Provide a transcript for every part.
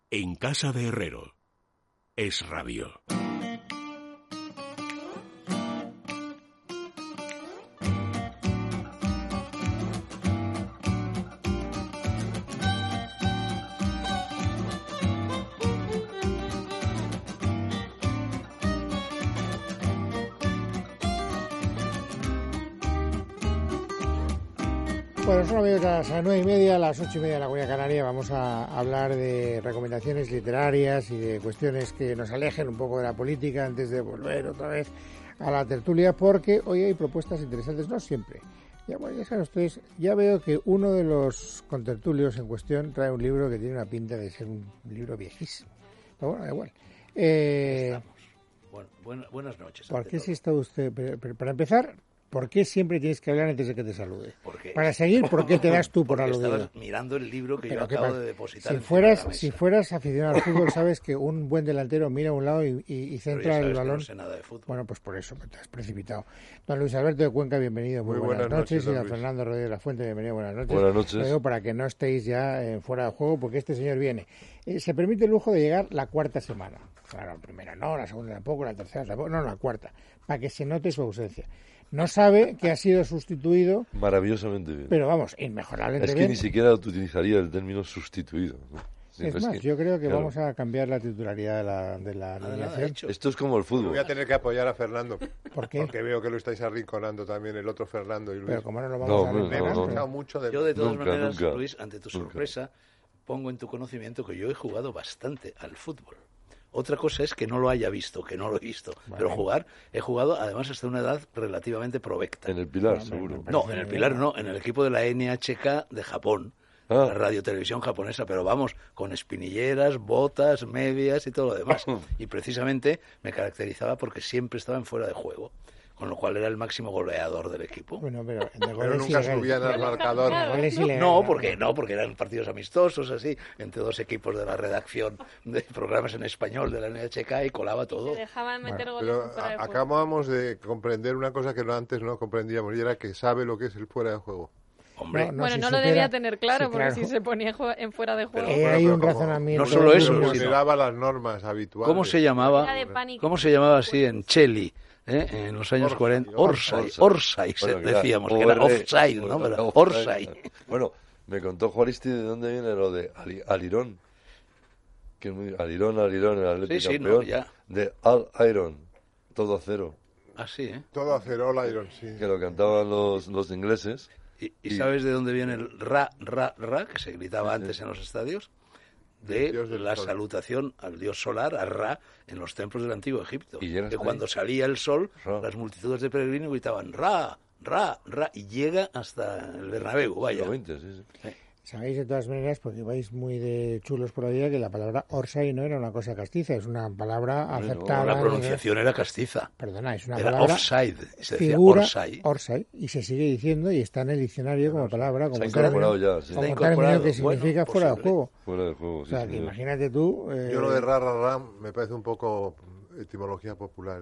En casa de Herrero. Es Radio. Bueno, son amigos a las 9:30, a las 8:30 de la Comunidad Canaria. Vamos a hablar de recomendaciones literarias y de cuestiones que nos alejen un poco de la política antes de volver otra vez a la tertulia, porque hoy hay propuestas interesantes, no siempre. Ya, bueno, ya saben ustedes, ya veo que uno de los contertulios en cuestión trae un libro que tiene una pinta de ser un libro viejísimo. Pero bueno, da igual. Buenas noches. ¿Por qué si está usted? Pero para empezar, ¿por qué siempre tienes que hablar antes de que te salude? Porque, para seguir, ¿por qué te das tú por aludido? Estabas mirando el libro que yo acabo de depositar. Si fueras aficionado al fútbol, sabes que un buen delantero mira a un lado y centra el balón. No sé nada de fútbol. Bueno, pues por eso te has precipitado. Don Luis Alberto de Cuenca, bienvenido. Muy buenas noches. Y don Fernando Rodríguez de la Fuente, bienvenido. Buenas noches. Buenas noches. Lo digo para que no estéis ya fuera de juego, porque este señor viene. Se permite el lujo de llegar la cuarta semana. Claro, la primera no, la segunda tampoco, la tercera tampoco. No, la cuarta. Para que se note su ausencia. No sabe que ha sido sustituido. Maravillosamente bien. Pero vamos, inmejorablemente bien. Es que ni siquiera utilizaría el término sustituido, ¿no? Es más, yo creo que vamos a cambiar la titularidad de la alineación. Esto es como el fútbol. Voy a tener que apoyar a Fernando. ¿Por qué? Porque veo que lo estáis arrinconando también el otro Fernando y Luis. Pero como no lo vamos a arrinconar. Yo de todas maneras, Luis, ante tu sorpresa, pongo en tu conocimiento que yo he jugado bastante al fútbol. Otra cosa es que no lo haya visto, que no lo he visto. Bueno. Pero he jugado además hasta una edad relativamente provecta. En el Pilar, seguro. No, en el Pilar no, en el equipo de la NHK de Japón. La radio-televisión japonesa, pero vamos, con espinilleras, botas, medias y todo lo demás. Y precisamente me caracterizaba porque siempre estaba en fuera de juego, con lo cual era el máximo goleador del equipo. Bueno, pero nunca subían al marcador. No, porque eran partidos amistosos, así, entre dos equipos de la redacción de programas en español de la NHK y colaba todo. Se dejaban meter goles pero fuera de juego. Acabamos de comprender una cosa que antes no comprendíamos, y era que sabe lo que es el fuera de juego. Hombre, no lo debía tener claro, porque si se ponía en fuera de juego. Hay un razonamiento. No solo eso, vulneraba las normas habituales. ¿Cómo se llamaba así en Cheli? En los años 40, Orsay, decíamos, que era offside, ¿no? Pero Orsay. Bueno, me contó Juaristi de dónde viene lo de Alirón, que es muy Alirón, el Atlético campeón, de Al Iron, todo a cero. Ah, sí, Todo a cero, All Iron, sí. Que lo cantaban los ingleses. ¿Y sabes de dónde viene el ra, que se gritaba antes en los estadios? De la salutación al dios solar, a Ra, en los templos del Antiguo Egipto. Que cuando salía el sol, las multitudes de peregrinos gritaban Ra, y llega hasta el Bernabéu, vaya. Sí. Sabéis de todas maneras, porque vais muy de chulos por la vida, que la palabra Orsay no era una cosa castiza, es una palabra aceptada. La pronunciación era castiza. Perdona, es una era palabra. Offside, se decía figura Orsay. Y se sigue diciendo y está en el diccionario como palabra, como término que significa fuera de juego. Fuera de juego, o sea, que imagínate tú. Yo lo de ra me parece un poco etimología popular,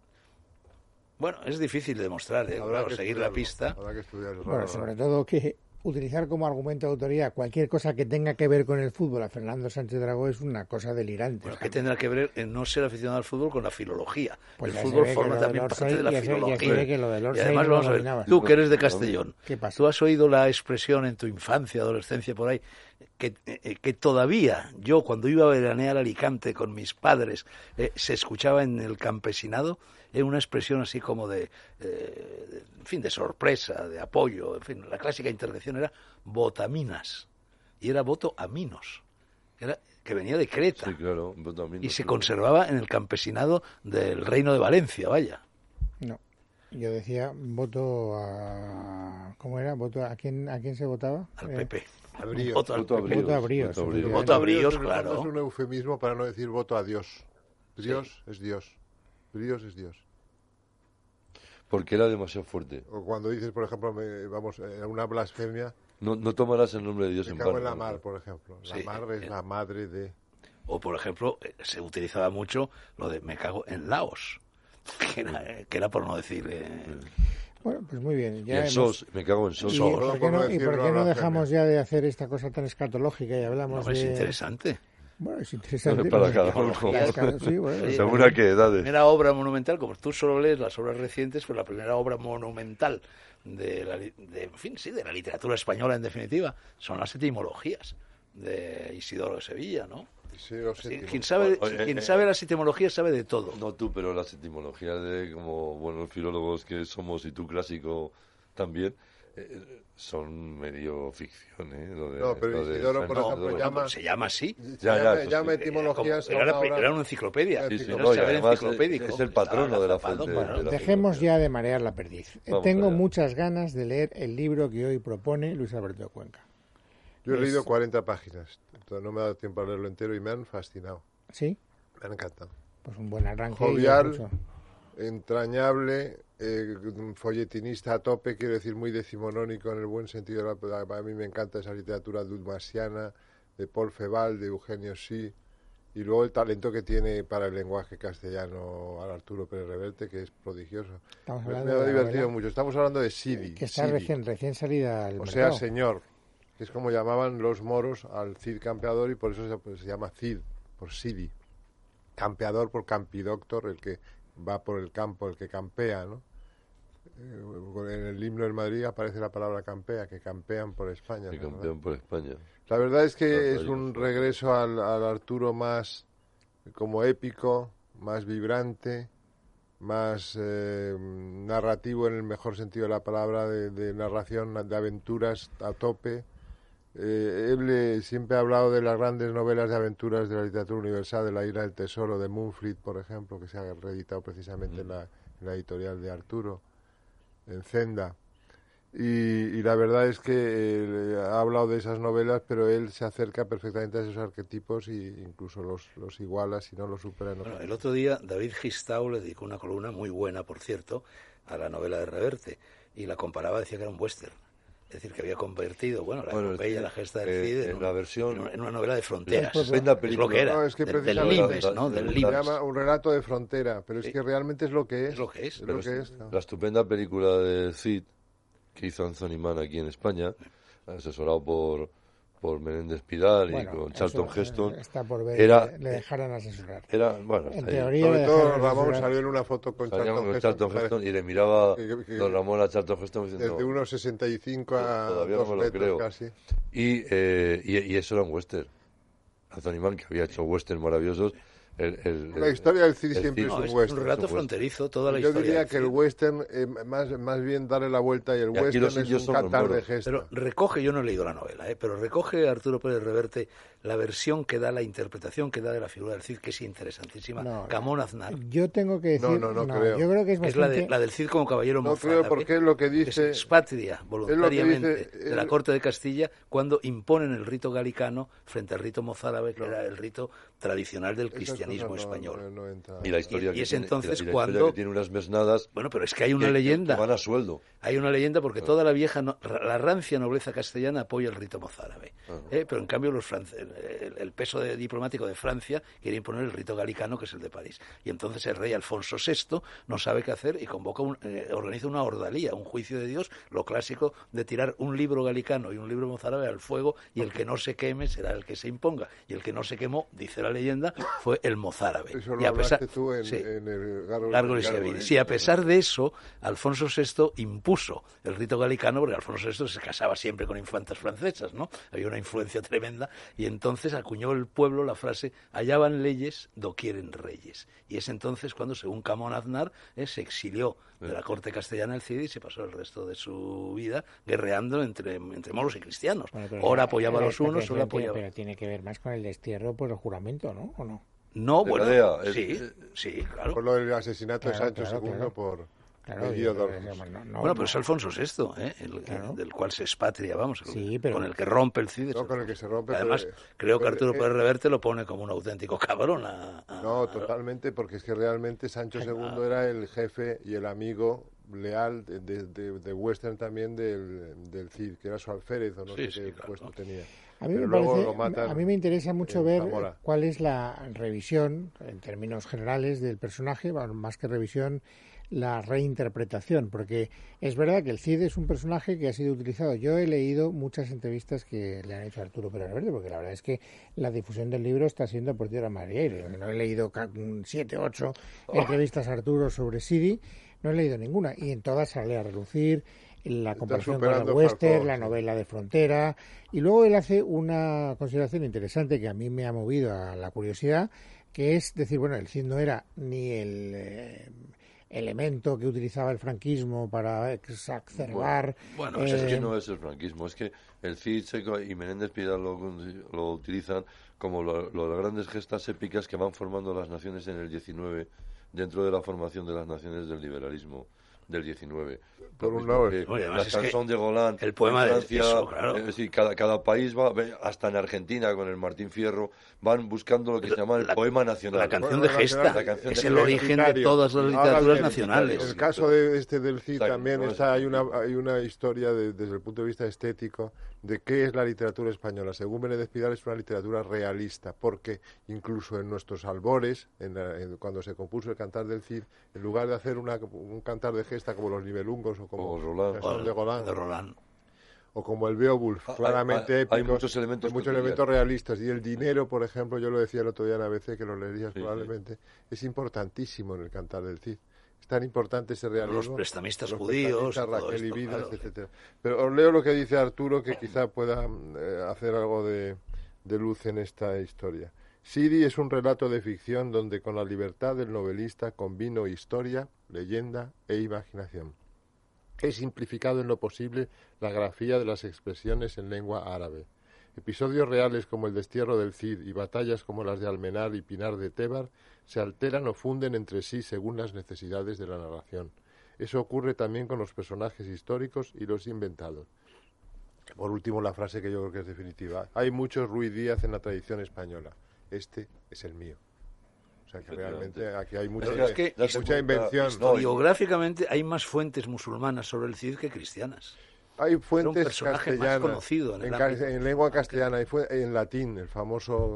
Bueno, es difícil de demostrar, seguir la pista. Habrá que estudiarlo. Bueno, sobre todo que utilizar como argumento de autoridad cualquier cosa que tenga que ver con el fútbol a Fernando Sánchez Dragó es una cosa delirante. Bueno, ¿qué tendrá que ver en no ser aficionado al fútbol con la filología? Pues el fútbol forma también parte de la filología. Que lo del y además, vamos a ver, tú que eres de Castellón, ¿qué pasa? ¿Tú has oído la expresión en tu infancia, adolescencia, por ahí, que todavía yo, cuando iba a veranear a Alicante con mis padres, se escuchaba en el campesinado una expresión así como de sorpresa, de apoyo, en fin, la clásica intervención era botaminas, y era voto aminos, que venía de Creta, sí, claro, botaminos, y se conservaba en el campesinado del Reino de Valencia, vaya. No, yo decía voto a... ¿Cómo era? ¿Voto a quién se votaba? Al PP. Voto a Bríos. Voto a Bríos, claro. Es un eufemismo para no decir voto a Dios. Dios es Dios. Dios es Dios. Porque era demasiado fuerte. O cuando dices, por ejemplo, una blasfemia. No tomarás el nombre de Dios en vano. Me cago en la mar, por ejemplo. La mar es la madre de... O, por ejemplo, se utilizaba mucho lo de me cago en Laos, que era por no decir... Bueno, pues muy bien. Ya me cago en sos. ¿Y por qué no dejamos ya de hacer esta cosa tan escatológica y hablamos Es interesante. Bueno, es interesante. Para cada uno. Sí, bueno, según a qué edades. La primera obra monumental, como tú solo lees las obras recientes, pues la primera obra monumental de la literatura española, en definitiva, son las etimologías de Isidoro de Sevilla, ¿no? Sí, quien sabe las etimologías sabe de todo. No tú, pero las etimologías como buenos filólogos que somos, y tú clásico también, son medio ficción, pero Isidoro, por ejemplo, se llama así. Llama etimologías. Era una enciclopedia. Es el patrono de la fuente. Dejemos ya de marear la perdiz. Tengo muchas ganas de leer el libro que hoy propone Luis Alberto de Cuenca. Yo he leído 40 páginas, entonces no me ha dado tiempo a leerlo entero y me han fascinado. ¿Sí? Me han encantado. Pues un buen arranque. Jovial, entrañable, folletinista a tope, quiero decir, muy decimonónico en el buen sentido de la palabra. A mí me encanta esa literatura dulmasiana de Paul Féval, de Eugenio Sí, y luego el talento que tiene para el lenguaje castellano a Arturo Pérez Reverte, que es prodigioso. Me ha divertido mucho. Estamos hablando de Sidi. Que está recién salida al mercado. O sea, señor, que es como llamaban los moros al Cid campeador, y por eso se llama Cid, por Sidi. Campeador por campidoctor, el que va por el campo, el que campea, ¿no? En el himno del Madrid aparece la palabra campea, que campean por España. Que campean por España. La verdad es que es un regreso al Arturo más como épico, más vibrante, más narrativo en el mejor sentido de la palabra, de narración, de aventuras a tope. Él siempre ha hablado de las grandes novelas de aventuras de la literatura universal, de La Isla del Tesoro, de Moonfleet, por ejemplo, que se ha reeditado precisamente en la editorial de Arturo, en Zenda. Y la verdad es que ha hablado de esas novelas, pero él se acerca perfectamente a esos arquetipos e incluso los iguala, si no los supera. Bueno, el otro día David Gistau le dedicó una columna muy buena, por cierto, a la novela de Reverte, y la comparaba, decía que era un western. Es decir, que había convertido, la epopeya, la gesta del Cid, en una novela de fronteras. Es lo que era, del Limes, ¿no? Del Limes. Se llama un relato de frontera, pero es que realmente es lo que es. Es lo que es. La estupenda película de Cid, que hizo Anthony Mann aquí en España, asesorado por Menéndez Pidal y con Charlton Heston. Está por ver, le dejaran asesorar. En teoría, sobre todo Ramón salió en una foto con Charlton Heston y le miraba don Ramón a Charlton Heston diciendo, desde unos 65 a todavía 2 no me lo creo. Casi. Y eso era un western. Anthony Mann, que había hecho western maravillosos. La historia del Cid siempre es un western. Es un relato fronterizo, toda la historia. Yo diría que el western, más bien darle la vuelta, y el western es un cantar de gesto. Pero recoge, yo no he leído la novela, pero recoge Arturo Pérez Reverte la versión que da, la interpretación que da de la figura del Cid, que es interesantísima. Camón Aznar. Yo tengo que decir, no creo. Yo creo que es bastante... Es la del Cid como caballero mozárabe. No creo, porque es lo que dice... Se expatria voluntariamente de la corte de Castilla cuando imponen el rito galicano frente al rito mozárabe, que era el rito tradicional del cristianismo español. Y la historia, y es entonces cuando que tiene unas mesnadas. Bueno, pero es que hay una leyenda. Que van a sueldo. Hay una leyenda porque toda la vieja, la rancia nobleza castellana apoya el rito mozárabe. Pero en cambio el peso diplomático de Francia quiere imponer el rito galicano, que es el de París. Y entonces el rey Alfonso VI no sabe qué hacer y organiza una ordalía, un juicio de Dios, lo clásico de tirar un libro galicano y un libro mozárabe al fuego, y el que no se queme será el que se imponga. Y el que no se quemó, dice la leyenda, fue el mozárabe. Eso lo hablaste tú en el Gárgoles y Gaviria. Sí, a pesar de eso, Alfonso VI impuso el rito galicano, porque Alfonso VI se casaba siempre con infantas francesas, ¿no? Había una influencia tremenda, y entonces acuñó el pueblo la frase: allá van leyes, doquieren reyes. Y es entonces cuando, según Camón Aznar, se exilió de la corte castellana el Cid y se pasó el resto de su vida guerreando entre moros y cristianos. Ahora apoyaba a los unos, ahora apoyaba... Pero tiene que ver más con el destierro por el juramento, ¿no? ¿O no? No, bueno, sí, claro. Por lo del asesinato de Sancho II por... Bueno, pero es Alfonso VI, del cual se expatria, con el que rompe el Cid. No, con el que se rompe. Además, creo que Arturo Pérez Reverte lo pone como un auténtico cabrón. No, totalmente, porque es que realmente Sancho II era el jefe y el amigo leal de western también del Cid, que era su alférez, o no sé qué puesto tenía. A mí me interesa mucho ver cuál es la revisión, en términos generales, del personaje, bueno, más que revisión, la reinterpretación, porque es verdad que el Cid es un personaje que ha sido utilizado. Yo he leído muchas entrevistas que le han hecho a Arturo Pérez Reverte, porque la verdad es que la difusión del libro está siendo por tierra mar. No he leído 7, 8 entrevistas a Arturo sobre Sidi, no he leído ninguna, y en todas sale a relucir la comparación con el western, la novela de frontera, y luego él hace una consideración interesante que a mí me ha movido a la curiosidad, que es decir, bueno, el Cid no era ni el elemento que utilizaba el franquismo para exacerbar... Bueno, es que no es el franquismo, es que el Cid y Menéndez Pidal lo utilizan como las grandes gestas épicas que van formando las naciones en el 19, dentro de la formación de las naciones del liberalismo del 19. Por un lado, la canción de Golán, el poema en Francia, de eso, claro. Es decir, cada país va, hasta en Argentina con el Martín Fierro, van buscando lo que se llama el poema nacional. La canción de gesta, es el origen de todas las literaturas nacionales. En el caso del Cid también hay una historia desde el punto de vista estético de qué es la literatura española. Según Menéndez Pidal, es una literatura realista, porque incluso en nuestros albores, cuando se compuso el Cantar del Cid, en lugar de hacer un cantar de gesta como los Nibelungos o como Roland, de Roland, o como el Beowulf, claramente hay muchos elementos realistas. Y el dinero, por ejemplo, yo lo decía el otro día en ABC, que lo leerías probablemente, es importantísimo en el Cantar del Cid. Es tan importante ese realismo. Los prestamistas judíos, Raquel y Vidas, etcétera. Pero os leo lo que dice Arturo, que quizá pueda hacer algo de luz en esta historia. Sidi es un relato de ficción donde con la libertad del novelista combino historia, leyenda e imaginación. He simplificado en lo posible la grafía de las expresiones en lengua árabe. Episodios reales como el destierro del Cid y batallas como las de Almenar y Pinar de Tébar se alteran o funden entre sí según las necesidades de la narración. Eso ocurre también con los personajes históricos y los inventados. Por último, la frase que yo creo que es definitiva. Hay muchos Ruiz Díaz en la tradición española. Este es el mío. O sea que realmente aquí hay mucha invención. Historiográficamente hay más fuentes musulmanas sobre el Cid que cristianas. Hay fuentes castellanas, conocido en lengua castellana, en latín, el famoso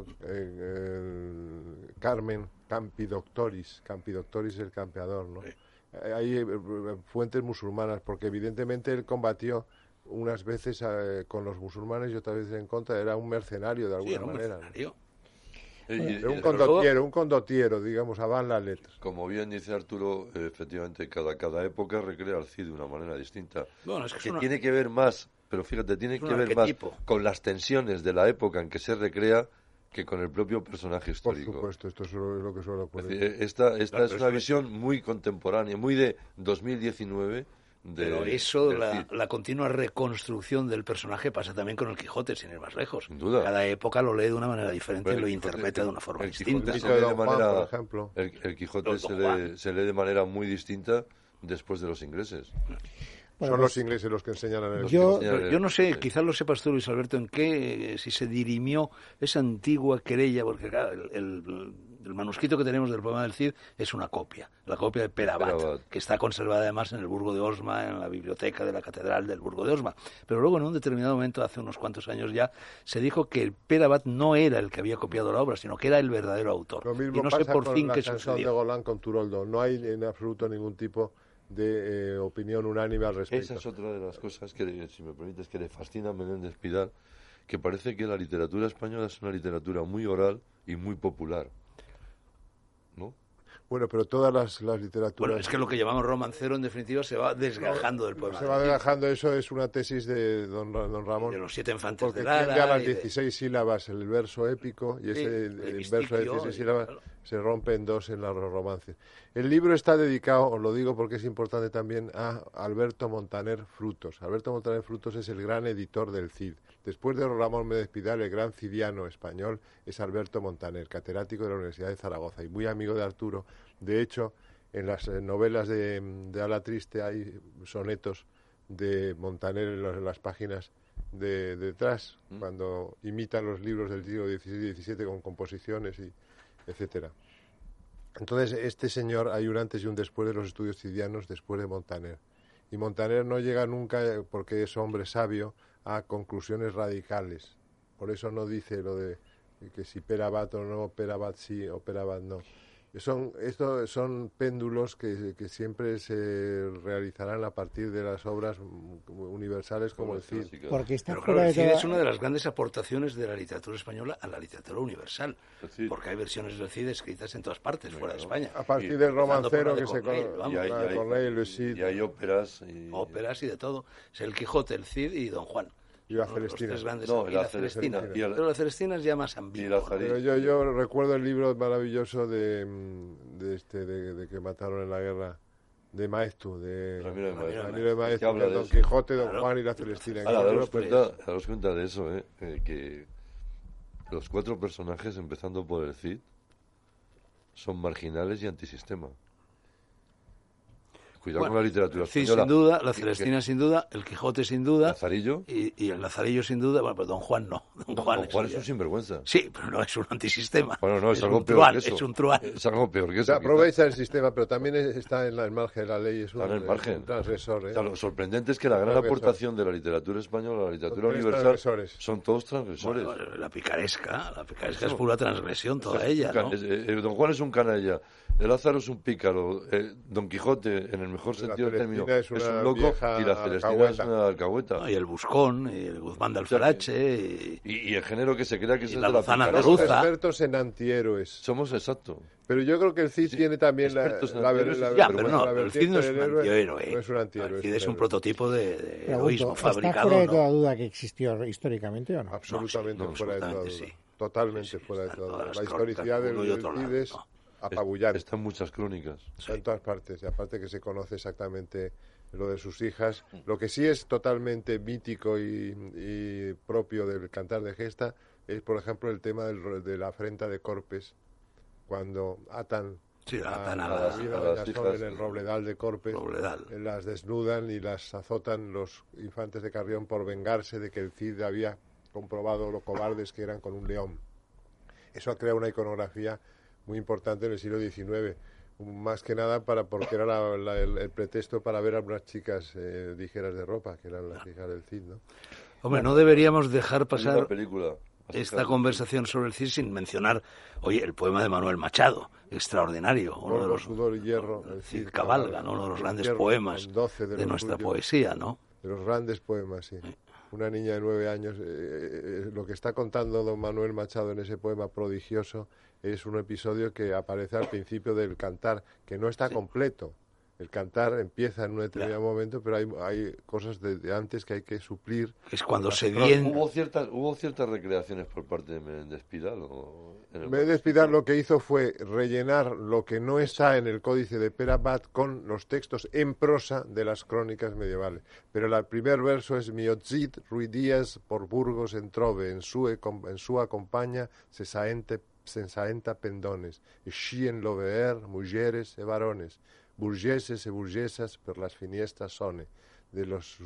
Carmen Campidoctoris el campeador, ¿no? Sí. Hay fuentes musulmanas, porque evidentemente él combatió unas veces con los musulmanes y otras veces en contra, era un mercenario de alguna manera. Mercenario. Un condottiero, digamos, van las letras. Como bien dice Arturo, efectivamente, cada época recrea al Cid de una manera distinta. Bueno, tiene que ver más, pero fíjate, tiene que ver más con las tensiones de la época en que se recrea que con el propio personaje histórico. Por supuesto, esto es lo que suele ocurrir. Esta es una visión muy contemporánea, muy de 2019. Pero eso, la continua reconstrucción del personaje pasa también con el Quijote, sin ir más lejos. Sin duda. Cada época lo lee de una manera diferente y lo interpreta de una forma distinta. El Quijote se lee de manera muy distinta después de los ingleses. Bueno, son los ingleses los que enseñan a leer. Yo no sé, quizás lo sepas tú, Luis Alberto, en qué, si se dirimió esa antigua querella, porque claro, el manuscrito que tenemos del poema del Cid es una copia, la copia de Perabat, que está conservada además en el Burgo de Osma, en la biblioteca de la Catedral del Burgo de Osma. Pero luego en un determinado momento, hace unos cuantos años ya, se dijo que Perabat no era el que había copiado la obra, sino que era el verdadero autor. Lo mismo y no pasa sé por con fin la qué canción sucedió. de Golán con Turoldo. No hay en absoluto ningún tipo de opinión unánime al respecto. Esa es otra de las cosas que, si me permites, que le fascina a Menéndez Pidal, que parece que la literatura española es una literatura muy oral y muy popular, ¿no? Bueno, pero todas las literaturas... Bueno, es que lo que llamamos romancero, en definitiva, se va desgajando del poema. Se va desgajando, eso es una tesis de don Ramón. De los 7 infantes de Lara. Porque a las 16 sílabas el verso épico, y el verso de 16 sílabas se rompe en dos en los romances. El libro está dedicado, os lo digo porque es importante también, a Alberto Montaner Frutos. Alberto Montaner Frutos es el gran editor del Cid. Después de Ramón Menéndez Pidal, el gran cidiano español es Alberto Montaner, catedrático de la Universidad de Zaragoza y muy amigo de Arturo. De hecho, en las novelas de Ala Triste hay sonetos de Montaner en las páginas de detrás, cuando imitan los libros del siglo XVI y XVII con composiciones y etcétera. Entonces, este señor, hay un antes y un después de los estudios cidianos, después de Montaner. Y Montaner no llega nunca, porque es hombre sabio, a conclusiones radicales. Por eso no dice lo de que si perabat o no, perabat sí o perabat no. Estos son péndulos que siempre se realizarán a partir de las obras universales como el Cid. Porque está Pero fuera claro, el de Cid toda... es una de las grandes aportaciones de la literatura española a la literatura universal. Porque hay versiones del Cid escritas en todas partes, fuera de España. A partir del romancero que se conoce. Y hay óperas. Óperas y de todo. Es el Quijote, el Cid y Don Juan. Y la Celestina. La Celestina. Pero la Celestina es ya más ambigua. Pero yo recuerdo el libro maravilloso de que mataron en la guerra, de Maeztu, de Ramiro de Maeztu, de Don Quijote, Don Juan y la Celestina. Daros cuenta de eso, que los 4 personajes, empezando por el Cid, son marginales y antisistema. Cuidado con la literatura española. Sin duda, la Celestina sin duda, el Quijote sin duda. ¿Lazarillo? Y el Lazarillo sin duda. Bueno, pero Don Juan no. Don Juan es un sinvergüenza. Sí, pero no es un antisistema. Bueno, no, es algo peor que eso. Es un truán. Es algo peor que eso. Se aprovecha el sistema, pero también está en el margen de la ley. Es un transgresor. O sea, lo sorprendente es que la gran aportación de la literatura española, la literatura universal, son todos transgresores. Bueno, la picaresca es pura transgresión, toda ella, ¿no? Don Juan es un canalla. El Lázaro es un pícaro, Don Quijote, en el mejor sentido del término, es un loco, y la Celestina es una alcahueta. Y el Buscón, y el Guzmán de Alfarache, y el género que se crea que es el de la picaresca. Somos expertos en antihéroes. Somos, exacto. Pero yo creo que el Cid tiene también el Cid no es un antihéroe. No es un antihéroe. El Cid es un prototipo de heroísmo ¿Está fabricado. fuera de toda duda que existió históricamente o no? Absolutamente fuera de toda duda. Sí. Totalmente fuera de toda duda. La historicidad del Cid es apabullante. Están muchas crónicas. Está en todas partes. Y aparte que se conoce exactamente lo de sus hijas. Lo que sí es totalmente mítico y propio del Cantar de Gesta es, por ejemplo, el tema de la afrenta de Corpes, cuando atan a la vida de Jasón en el Robledal de Corpes, las desnudan y las azotan los infantes de Carrión por vengarse de que el Cid había comprobado lo cobardes que eran con un león. Eso ha creado una iconografía muy importante en el siglo XIX, más que nada porque era el pretexto para ver a unas chicas ligeras de ropa, que eran las hijas del Cid, ¿no? Hombre, no deberíamos dejar pasar la película esta conversación sobre el Cid sin mencionar, oye, el poema de Manuel Machado, extraordinario, uno de los sudor y hierro, el Cid cabalga, ¿no? Uno de los grandes poemas de nuestra poesía, ¿no? De los grandes poemas, sí. Una niña de 9 años, lo que está contando don Manuel Machado en ese poema prodigioso es un episodio que aparece al principio del Cantar, que no está completo. El Cantar empieza en un determinado momento, pero hay cosas de antes que hay que suplir. Es cuando se viene. ¿Hubo ciertas recreaciones por parte de Menéndez Pidal? Menéndez Pidal lo que hizo fue rellenar lo que no está en el Códice de Perabat con los textos en prosa de las crónicas medievales. Pero el primer verso es Miotzit Ruidías por Burgos en Trove, en su acompaña se saenta pendones, xien loveer, mujeres e varones, burgueses e burguesas per las finestas sone, de las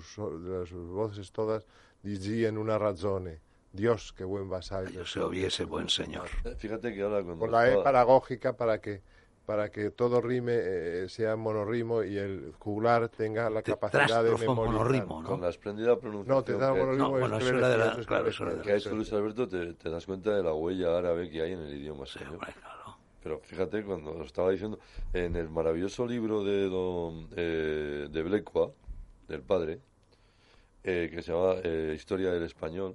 voces todas dicían una razone, Dios, qué buen vasallo. Dios se hubiese buen señor. Fíjate que ahora cuando... Con la E pedagógica para que todo rime sea monorrimo y el juglar tenga la capacidad de memorizar. Monorrimo, ¿no? Con la espléndida pronunciación. No, te da monorrimo. Que ha hecho Luis Alberto, te das cuenta de la huella árabe que hay en el idioma español. Claro. Pero fíjate, cuando lo estaba diciendo, en el maravilloso libro de Blecua, del padre, que se llama Historia del Español,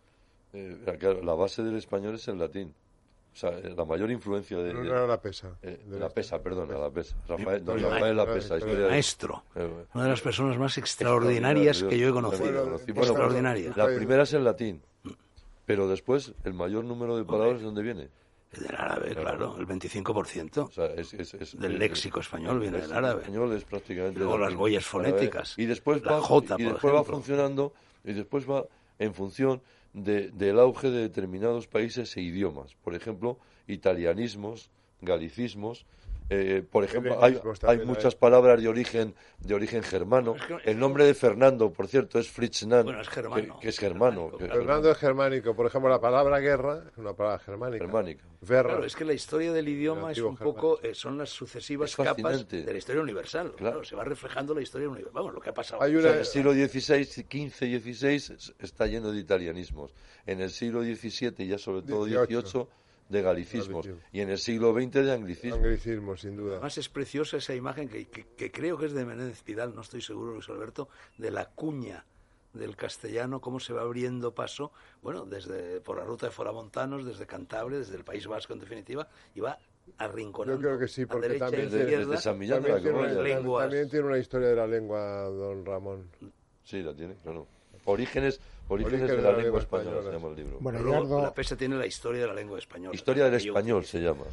la base del español es el latín. O sea, la mayor influencia de... No era la Pesa. La Pesa. Don Rafael La Pesa. Maestro. Una de las personas más extraordinarias que yo he conocido. Extraordinaria. La primera es el latín. Pero después, el mayor número de palabras, ¿de dónde viene? Del árabe, claro, el 25%. O sea, del léxico español viene del árabe. El español es prácticamente... Luego las huellas fonéticas. Y después la J, y después va funcionando, y después va en función del auge de determinados países e idiomas. Por ejemplo, italianismos galicismos. Por ejemplo, hay muchas palabras de origen germano. El nombre de Fernando, por cierto, es Fritznant, bueno, es germano, que es germano. Fernando es germánico. Por ejemplo, la palabra guerra es una palabra germánica. Claro, es que la historia del idioma es un poco, son las sucesivas capas de la historia universal. Claro, se va reflejando la historia universal. Vamos, lo que ha pasado. En el siglo XVI, XV, XVI está lleno de italianismos. En el siglo XVII y ya sobre todo XVIII de galicismos. Y en el siglo XX de anglicismos. Sin duda. Además es preciosa esa imagen que creo que es de Menéndez Pidal, no estoy seguro, Luis Alberto, de la cuña del castellano, cómo se va abriendo paso, bueno, por la ruta de Foramontanos, desde Cantabria, desde el País Vasco en definitiva, y va arrinconando. Yo creo que sí, porque también desde San Millán de la Coruña. También tiene una historia de la lengua, don Ramón. Sí, la tiene, claro. Orígenes de la lengua española se llama el libro. Bueno, luego, la PESA tiene la historia de la lengua española. Historia del español se llama.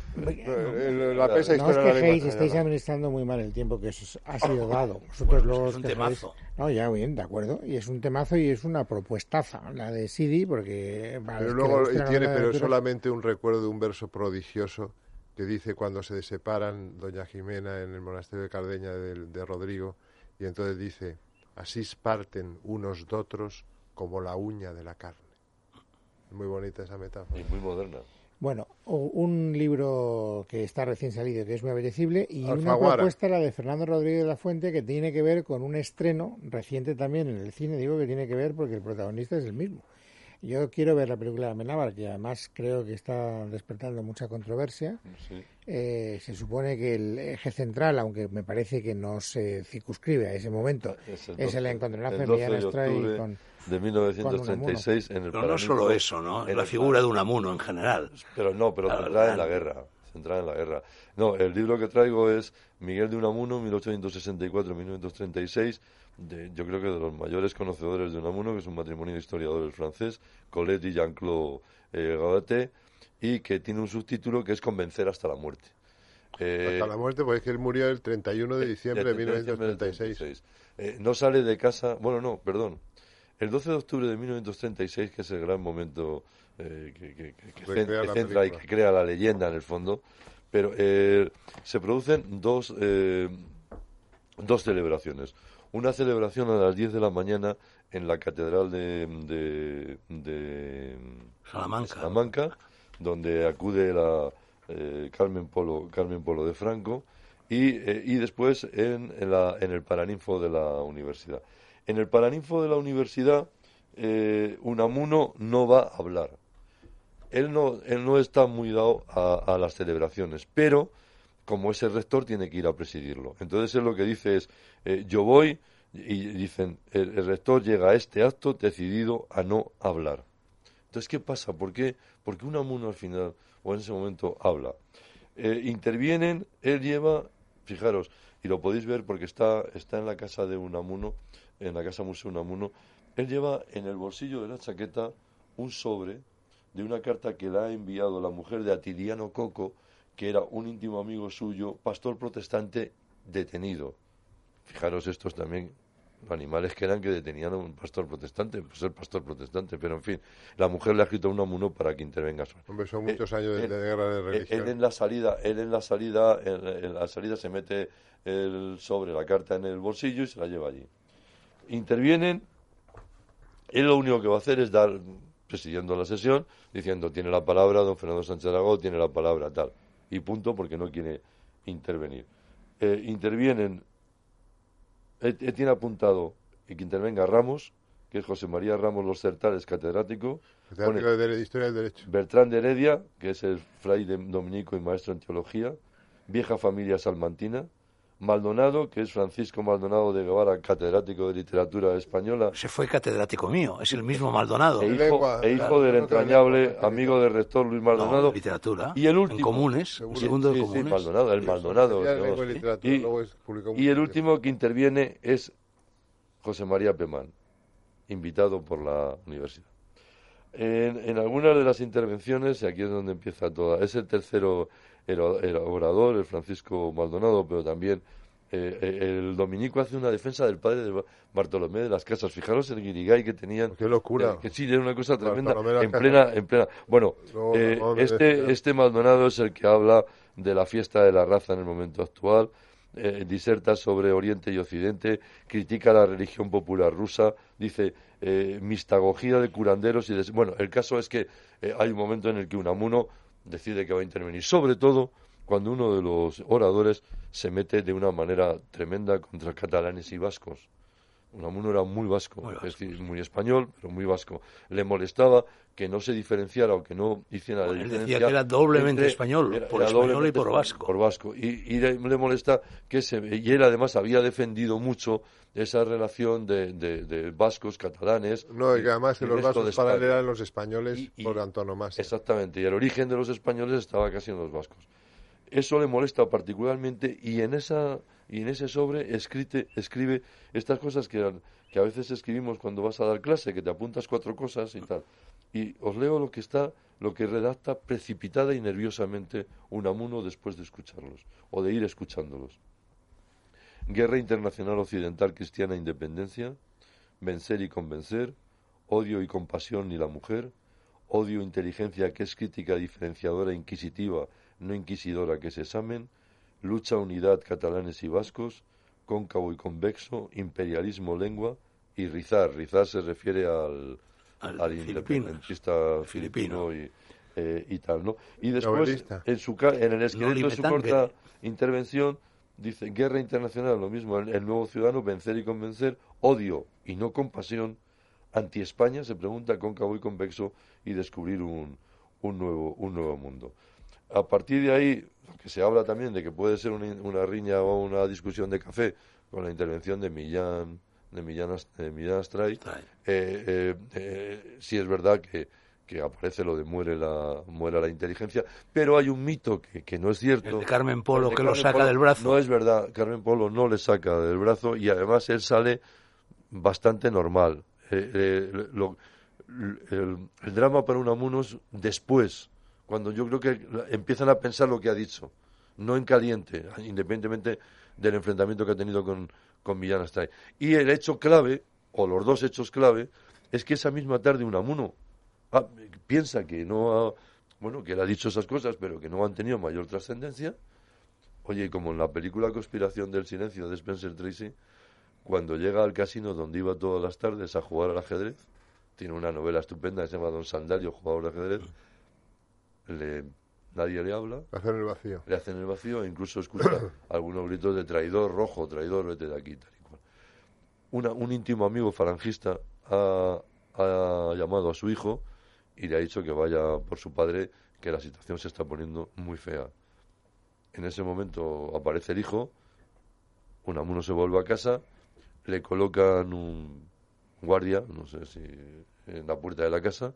La PESA, no os quejéis, estáis administrando muy mal el tiempo que os ha sido dado. Vosotros es un temazo. No, ya bien, de acuerdo. Y es un temazo y es una propuestaza, la de Sidi, porque... Pero luego pero solamente un recuerdo de un verso prodigioso que dice cuando se separan doña Jimena en el monasterio de Cardeña de Rodrigo, y entonces dice: así parten unos d'otros como la uña de la carne. Muy bonita esa metáfora. Y muy moderna. Bueno, un libro que está recién salido, que es muy apetecible, y una propuesta, la de Fernando Rodríguez de la Fuente, que tiene que ver con un estreno reciente también en el cine. Digo que tiene que ver porque el protagonista es el mismo. Yo quiero ver la película de Amenábar, que además creo que está despertando mucha controversia. Sí. Se supone que el eje central, aunque me parece que no se circunscribe a ese momento, es el encontronazo de Millán Astray con... de 1936 en el Pero no solo eso, ¿no? La figura de Unamuno en general. Pero centrada en la guerra. No, el libro que traigo es Miguel de Unamuno, 1864-1936, yo creo que de los mayores conocedores de Unamuno, que es un matrimonio de historiadores francés, Colette y Jean-Claude Gaudet, y que tiene un subtítulo que es Convencer hasta la muerte. Hasta la muerte, porque es que él murió el 31 de diciembre de 1936. No sale de casa, el 12 de octubre de 1936, que es el gran momento que centra y que crea la leyenda en el fondo, pero se producen dos celebraciones. Una celebración a las 10 de la mañana en la catedral de Salamanca, donde acude la Carmen Polo de Franco, y después en el Paraninfo de la universidad. En el Paraninfo de la universidad, Unamuno no va a hablar. Él no está muy dado a las celebraciones, pero como es el rector tiene que ir a presidirlo. Entonces él lo que dice es, yo voy, y dicen, el rector llega a este acto decidido a no hablar. Entonces, ¿qué pasa? ¿Por qué Unamuno al final, o en ese momento, habla? Intervienen, él lleva, fijaros, y lo podéis ver porque está en la casa de Unamuno, en la casa Museo Unamuno, él lleva en el bolsillo de la chaqueta un sobre de una carta que le ha enviado la mujer de Atiliano Coco, que era un íntimo amigo suyo, pastor protestante detenido. Fijaros estos también, animales que eran que detenían a un pastor protestante, pues el pastor protestante, pero en fin, la mujer le ha escrito a Unamuno para que intervenga. Hombre, son muchos años de guerra de religión. Él en la salida se mete el sobre, la carta en el bolsillo y se la lleva allí. Intervienen, él lo único que va a hacer es presidiendo la sesión, diciendo, tiene la palabra don Fernando Sánchez Aragó, tiene la palabra tal, y punto, porque no quiere intervenir. Intervienen, él tiene apuntado y que intervenga Ramos, que es José María Ramos Los Certares, catedrático. Catedrático de Historia del Derecho. Bertrán de Heredia, que es el fray dominico y maestro en teología. Vieja familia salmantina. Maldonado, que es Francisco Maldonado de Guevara, catedrático de literatura española. Se fue catedrático mío, es el mismo Maldonado. Hijo del entrañable amigo del rector Luis Maldonado. No, literatura. Y el último. En Comunes, segundo de Comunes. Sí, Maldonado. Y el último que interviene es José María Pemán, invitado por la universidad. En algunas de las intervenciones, y aquí es donde empieza toda, es el tercero el orador, el Francisco Maldonado, pero también el dominico hace una defensa del padre de Bartolomé de las Casas. Fijaros el guirigay que tenían. ¡Qué locura! Que sí, era una cosa tremenda. En plena. Bueno, este Maldonado es el que habla de la fiesta de la raza en el momento actual. Diserta sobre Oriente y Occidente, critica la religión popular rusa, dice mistagogía de curanderos y bueno, el caso es que hay un momento en el que Unamuno decide que va a intervenir, sobre todo cuando uno de los oradores se mete de una manera tremenda contra catalanes y vascos. Unamuno era muy vasco, es decir, muy español, pero muy vasco. Le molestaba que no se diferenciara o que no hiciera la diferencia. Él decía que era doblemente español, por español y por vasco. Por vasco. Y le molesta y él además había defendido mucho esa relación de vascos, catalanes. No, y que además que los vascos para él eran los españoles por antonomasia. Exactamente, y el origen de los españoles estaba casi en los vascos. Eso le molesta particularmente y en ese sobre escribe estas cosas que a veces escribimos cuando vas a dar clase, que te apuntas 4 cosas y tal. Y os leo lo que redacta precipitada y nerviosamente Unamuno después de escucharlos, o de ir escuchándolos. Guerra internacional occidental cristiana independencia, vencer y convencer, odio y compasión ni la mujer, odio inteligencia que es crítica diferenciadora inquisitiva, no inquisidora que es examen, lucha unidad catalanes y vascos, cóncavo y convexo, imperialismo lengua y rizar. Rizar se refiere al independentista filipino y tal, ¿no? Y después, en el esqueleto de su corta intervención, dice, guerra internacional, lo mismo, el nuevo ciudadano, vencer y convencer, odio y no compasión, anti-España, se pregunta, cóncavo y convexo, y descubrir un nuevo mundo. A partir de ahí, que se habla también de que puede ser una riña o una discusión de café con la intervención de Millán Astray, sí es verdad que aparece lo de muere la inteligencia, pero hay un mito que no es cierto. El de Carmen Polo, que lo saca del brazo. No es verdad, Carmen Polo no le saca del brazo y además él sale bastante normal. El drama para Unamuno es después, cuando yo creo que empiezan a pensar lo que ha dicho, no en caliente, independientemente del enfrentamiento que ha tenido con Millán Astray. Y el hecho clave, o los dos hechos clave, es que esa misma tarde Unamuno piensa que que él ha dicho esas cosas, pero que no han tenido mayor trascendencia. Oye, y como en la película Conspiración del Silencio de Spencer Tracy, cuando llega al casino donde iba todas las tardes a jugar al ajedrez, tiene una novela estupenda que se llama Don Sandalio, jugador de ajedrez, nadie le habla, le hacen el vacío e incluso escucha algunos gritos de traidor rojo, traidor, vete de aquí, tal y cual. Un íntimo amigo falangista ha llamado a su hijo y le ha dicho que vaya por su padre, que la situación se está poniendo muy fea. En ese momento aparece el hijo, Unamuno se vuelve a casa, le colocan un guardia, no sé si en la puerta de la casa.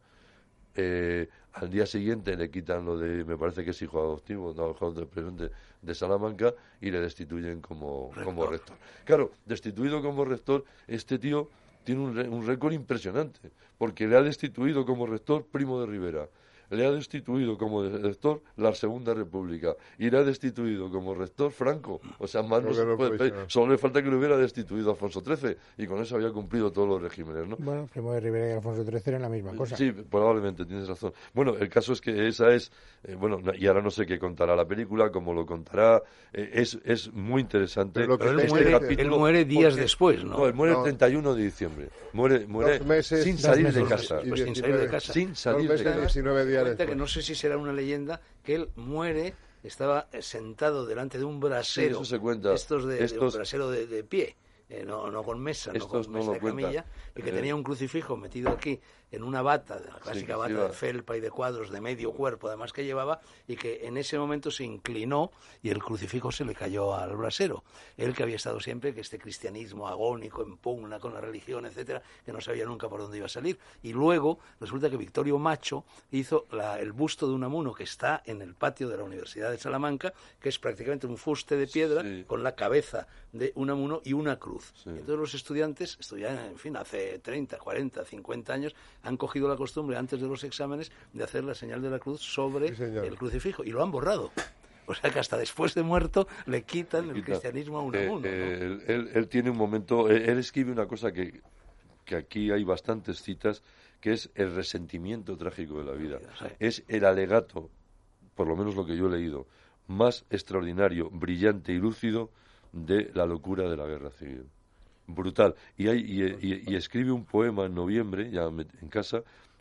Al día siguiente le quitan lo de, me parece que es hijo adoptivo, no, hijo del presidente de Salamanca, y le destituyen como rector. Claro, destituido como rector, este tío tiene un récord impresionante, porque le ha destituido como rector Primo de Rivera, le ha destituido como rector la Segunda República y le ha destituido como rector Franco. O sea, más no se puede pedir. Solo le falta que le hubiera destituido a Alfonso XIII y con eso había cumplido todos los regímenes, ¿no? Bueno, Primo de Rivera y Alfonso XIII eran la misma cosa. Sí, probablemente, tienes razón. Bueno, el caso es que esa es... y ahora no sé qué contará la película, cómo lo contará. Es muy interesante. Pero él muere días después, ¿no? No, él muere el 31 de diciembre. Muere sin salir de casa. Sin salir de casa. Sin salir de casa. 19 días después. Que no sé si será una leyenda, que él muere, estaba sentado delante de un brasero. Sí, eso se cuenta. De un brasero de pie. No con mesa, no con mesa de camilla, y que tenía un crucifijo metido aquí en una bata, la clásica bata de felpa y de cuadros de medio cuerpo, además que llevaba, y que en ese momento se inclinó y el crucifijo se le cayó al brasero. Él, que había estado siempre, que este cristianismo agónico, en pugna con la religión, etcétera, que no sabía nunca por dónde iba a salir. Y luego resulta que Victorio Macho hizo el busto de Unamuno, que está en el patio de la Universidad de Salamanca, que es prácticamente un fuste de piedra con la cabeza de Unamuno y una cruz. Sí. Entonces los estudiantes, en fin, hace 30, 40, 50 años, han cogido la costumbre antes de los exámenes de hacer la señal de la cruz sobre el crucifijo y lo han borrado. O sea que hasta después de muerto le quitan el cristianismo a Unamuno, ¿no? Él tiene un momento, él escribe una cosa que aquí hay bastantes citas, que es el resentimiento trágico de la vida. Sí. Es el alegato, por lo menos lo que yo he leído, más extraordinario, brillante y lúcido de la locura de la guerra civil. Brutal. Y escribe un poema en noviembre, ya en casa,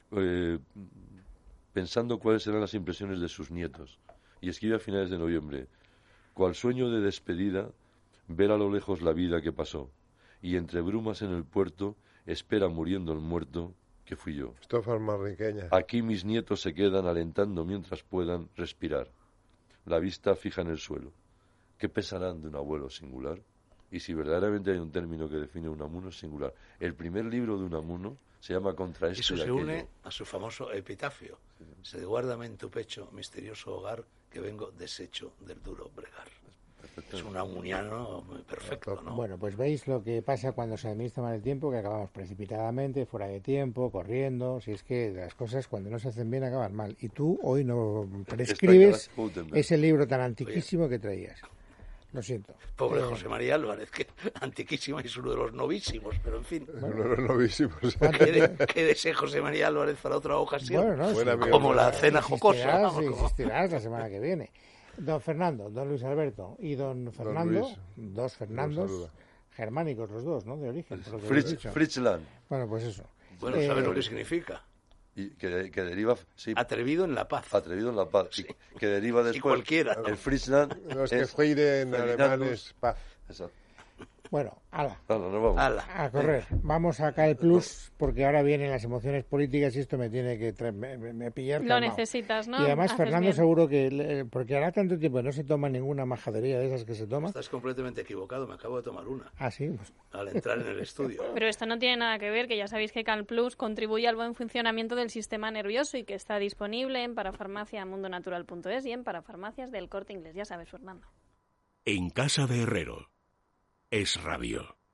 pensando cuáles eran las impresiones de sus nietos. Y escribe a finales de noviembre: cual sueño de despedida, ver a lo lejos la vida que pasó, y entre brumas en el puerto espera muriendo el muerto, que fui yo. Estofas Marriqueña. Aquí mis nietos se quedan alentando mientras puedan respirar, la vista fija en el suelo. ¿Qué pensarán de un abuelo singular? Y si verdaderamente hay un término que define Unamuno, es singular. El primer libro de Unamuno se llama Contra esto Eso y se aquello. une a su famoso epitafio. Se guárdame en tu pecho, misterioso hogar, que vengo deshecho del duro bregar. Es un amuniano perfecto, ¿no? Bueno, pues veis lo que pasa cuando se administra mal el tiempo, que acabamos precipitadamente, fuera de tiempo, corriendo. Si es que las cosas cuando no se hacen bien acaban mal. Y tú hoy no prescribes ese libro tan antiquísimo que traías. Lo siento. Pobre José María Álvarez, que antiquísimo y es uno de los novísimos, pero en fin. Uno de los novísimos. Quédese José María Álvarez para otra ocasión. Bueno, no, como la cena jocosa. Insistirás la semana que viene. Don Fernando, don Luis Alberto y don Fernando, dos Fernandos, germánicos los dos, ¿no? De origen. Por lo que Fritzland. Bueno, pues eso. Bueno, ¿sabes lo que significa? Y que deriva... Sí, atrevido en la paz. Atrevido en la paz. Sí. Y que deriva después... Y cualquiera. El Fritzland... Los que Friede en alemán es paz. Exacto. Bueno, ala. Nos vamos. A correr. Vamos a caer el plus porque ahora vienen las emociones políticas y esto me tiene que me pillar calmado. Lo necesitas, ¿no? Y además Haces Fernando bien. seguro que... Porque hará tanto tiempo que no se toma ninguna majadería de esas que se toma. Estás completamente equivocado, me acabo de tomar una. Ah, sí. Pues... al entrar en el estudio. Pero esto no tiene nada que ver, que ya sabéis que Cal Plus contribuye al buen funcionamiento del sistema nervioso y que está disponible en parafarmacia.mundonatural.es y en parafarmacias del Corte Inglés. Ya sabes, Fernando. En casa de Herrero. Es Radio.